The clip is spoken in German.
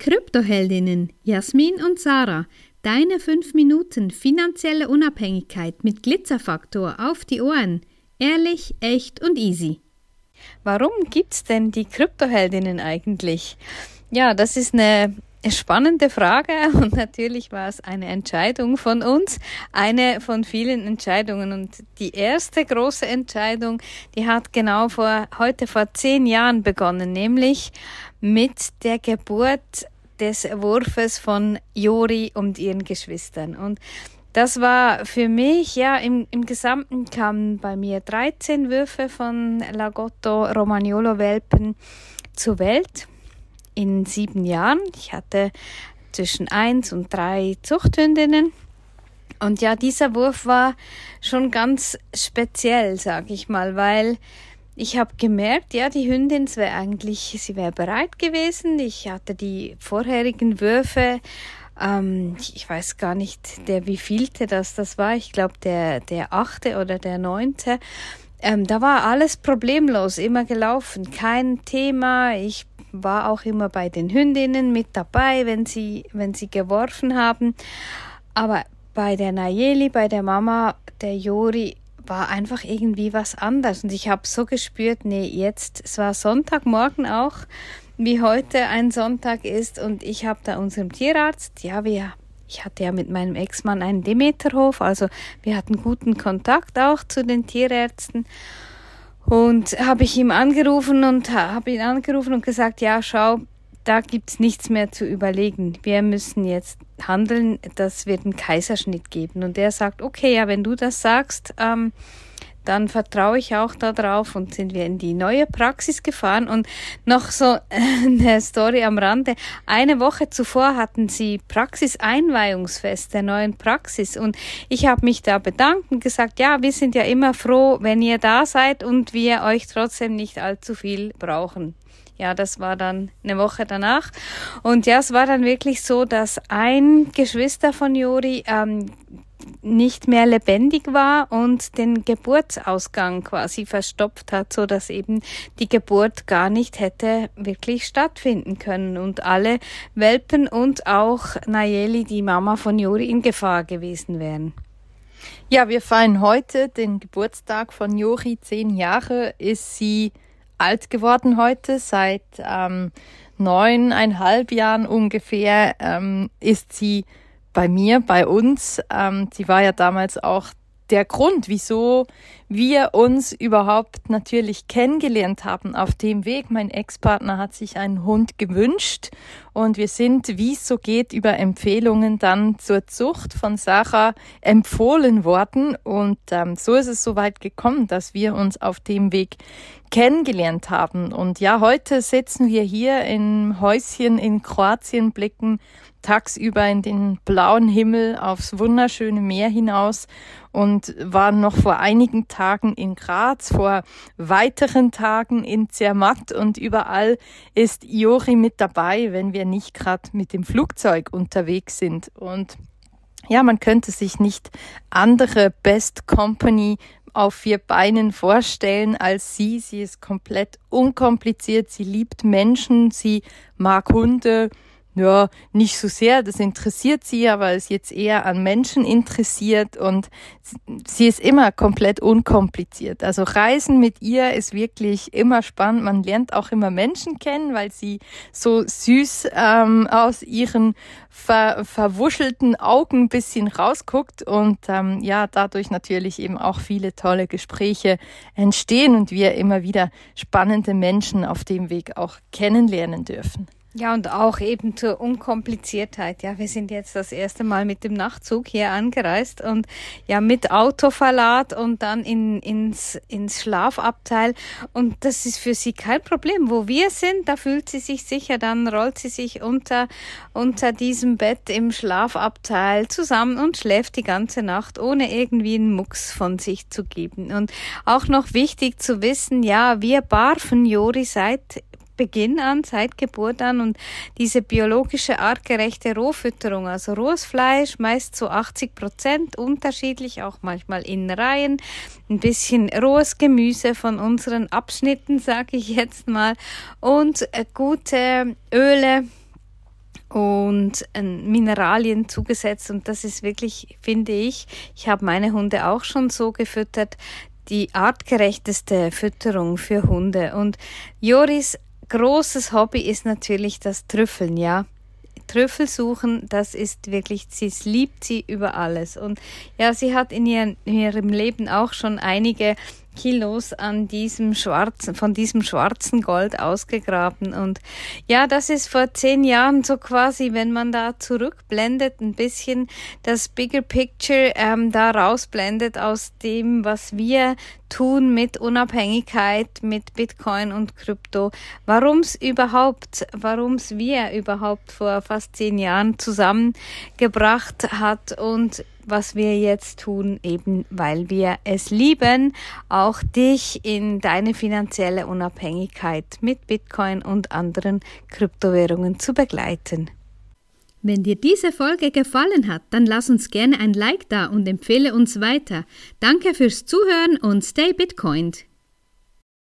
Kryptoheldinnen Jasmin und Sarah, deine 5 Minuten finanzielle Unabhängigkeit mit Glitzerfaktor auf die Ohren. Ehrlich, echt und easy. Warum gibt's denn die Kryptoheldinnen eigentlich? Ja, das ist eine spannende Frage und natürlich war es eine Entscheidung von uns, eine von vielen Entscheidungen. Und die erste große Entscheidung, die hat genau vor 10 Jahren begonnen, nämlich mit der Geburt des Wurfes von Jori und ihren Geschwistern. Und das war für mich, im Gesamten kamen bei mir 13 Würfe von Lagotto Romagnolo Welpen zur Welt in 7 Jahren. Ich hatte zwischen 1 und 3 Zuchthündinnen. Und ja, dieser Wurf war schon ganz speziell, sag ich mal, weil ich habe gemerkt, ja, die Hündin, sie wäre bereit gewesen. Ich hatte die vorherigen Würfe, ich weiß gar nicht, der wievielte das war. Ich glaube, der 8. oder der 9. Da war alles problemlos, immer gelaufen, kein Thema. Ich war auch immer bei den Hündinnen mit dabei, wenn sie geworfen haben. Aber bei der Nayeli, bei der Mama, der Jori, war einfach irgendwie was anderes. Und ich habe so gespürt, es war Sonntagmorgen auch, wie heute ein Sonntag ist. Und ich habe da unserem Tierarzt, ich hatte ja mit meinem Ex-Mann einen Demeterhof, also wir hatten guten Kontakt auch zu den Tierärzten. Und habe ihn angerufen und gesagt, ja, schau, da gibt's nichts mehr zu überlegen. Wir müssen jetzt handeln, das wird einen Kaiserschnitt geben. Und er sagt, okay, ja, wenn du das sagst, dann vertraue ich auch darauf, und sind wir in die neue Praxis gefahren. Und noch so eine Story am Rande. Eine Woche zuvor hatten sie Praxiseinweihungsfest der neuen Praxis, und ich habe mich da bedankt und gesagt, ja, wir sind ja immer froh, wenn ihr da seid und wir euch trotzdem nicht allzu viel brauchen. Ja, das war dann eine Woche danach. Und ja, es war dann wirklich so, dass ein Geschwister von Jori nicht mehr lebendig war und den Geburtsausgang quasi verstopft hat, so dass eben die Geburt gar nicht hätte wirklich stattfinden können und alle Welpen und auch Nayeli, die Mama von Jori, in Gefahr gewesen wären. Ja, wir feiern heute den Geburtstag von Jori. 10 Jahre ist sie alt geworden heute. Seit 9,5 Jahren ungefähr ist sie bei uns. Sie war ja damals auch der Grund, wieso wir uns überhaupt natürlich kennengelernt haben auf dem Weg. Mein Ex-Partner hat sich einen Hund gewünscht und wir sind, wie es so geht, über Empfehlungen dann zur Zucht von Sarah empfohlen worden. Und so ist es soweit gekommen, dass wir uns auf dem Weg kennengelernt haben. Und ja, heute sitzen wir hier im Häuschen in Kroatien, blicken tagsüber in den blauen Himmel aufs wunderschöne Meer hinaus und waren noch vor einigen Tagen in Graz, vor weiteren Tagen in Zermatt, und überall ist Jori mit dabei, wenn wir nicht gerade mit dem Flugzeug unterwegs sind. Und ja, man könnte sich nicht andere Best Company auf 4 Beinen vorstellen als sie. Sie ist komplett unkompliziert, sie liebt Menschen, sie mag Hunde. Ja, nicht so sehr, das interessiert sie, aber ist jetzt eher an Menschen interessiert, und sie ist immer komplett unkompliziert. Also Reisen mit ihr ist wirklich immer spannend. Man lernt auch immer Menschen kennen, weil sie so süß aus ihren verwuschelten Augen ein bisschen rausguckt und dadurch natürlich eben auch viele tolle Gespräche entstehen und wir immer wieder spannende Menschen auf dem Weg auch kennenlernen dürfen. Ja, und auch eben zur Unkompliziertheit. Ja, wir sind jetzt das erste Mal mit dem Nachtzug hier angereist und ja, mit Autoverlad und dann ins Schlafabteil. Und das ist für sie kein Problem. Wo wir sind, da fühlt sie sich sicher, dann rollt sie sich unter diesem Bett im Schlafabteil zusammen und schläft die ganze Nacht, ohne irgendwie einen Mucks von sich zu geben. Und auch noch wichtig zu wissen, ja, wir barfen Jori seit Beginn an, seit Geburt an, und diese biologische artgerechte Rohfütterung, also rohes Fleisch, meist zu 80%, unterschiedlich, auch manchmal in Reihen, ein bisschen rohes Gemüse von unseren Abschnitten, sage ich jetzt mal, und gute Öle, und Mineralien zugesetzt und das ist wirklich, finde ich habe meine Hunde auch schon so gefüttert, die artgerechteste Fütterung für Hunde. Und Joris großes Hobby ist natürlich das Trüffeln, ja. Trüffel suchen, das ist wirklich, liebt sie über alles. Und ja, sie hat in ihrem Leben auch schon einige Kilos von diesem schwarzen Gold ausgegraben. Und ja, das ist vor 10 Jahren so quasi, wenn man da zurückblendet, ein bisschen das Bigger Picture da rausblendet aus dem, was wir tun mit Unabhängigkeit, mit Bitcoin und Krypto, warum wir überhaupt vor fast 10 Jahren zusammengebracht hat und was wir jetzt tun, eben weil wir es lieben, auch dich in deine finanzielle Unabhängigkeit mit Bitcoin und anderen Kryptowährungen zu begleiten. Wenn dir diese Folge gefallen hat, dann lass uns gerne ein Like da und empfehle uns weiter. Danke fürs Zuhören und stay Bitcoined!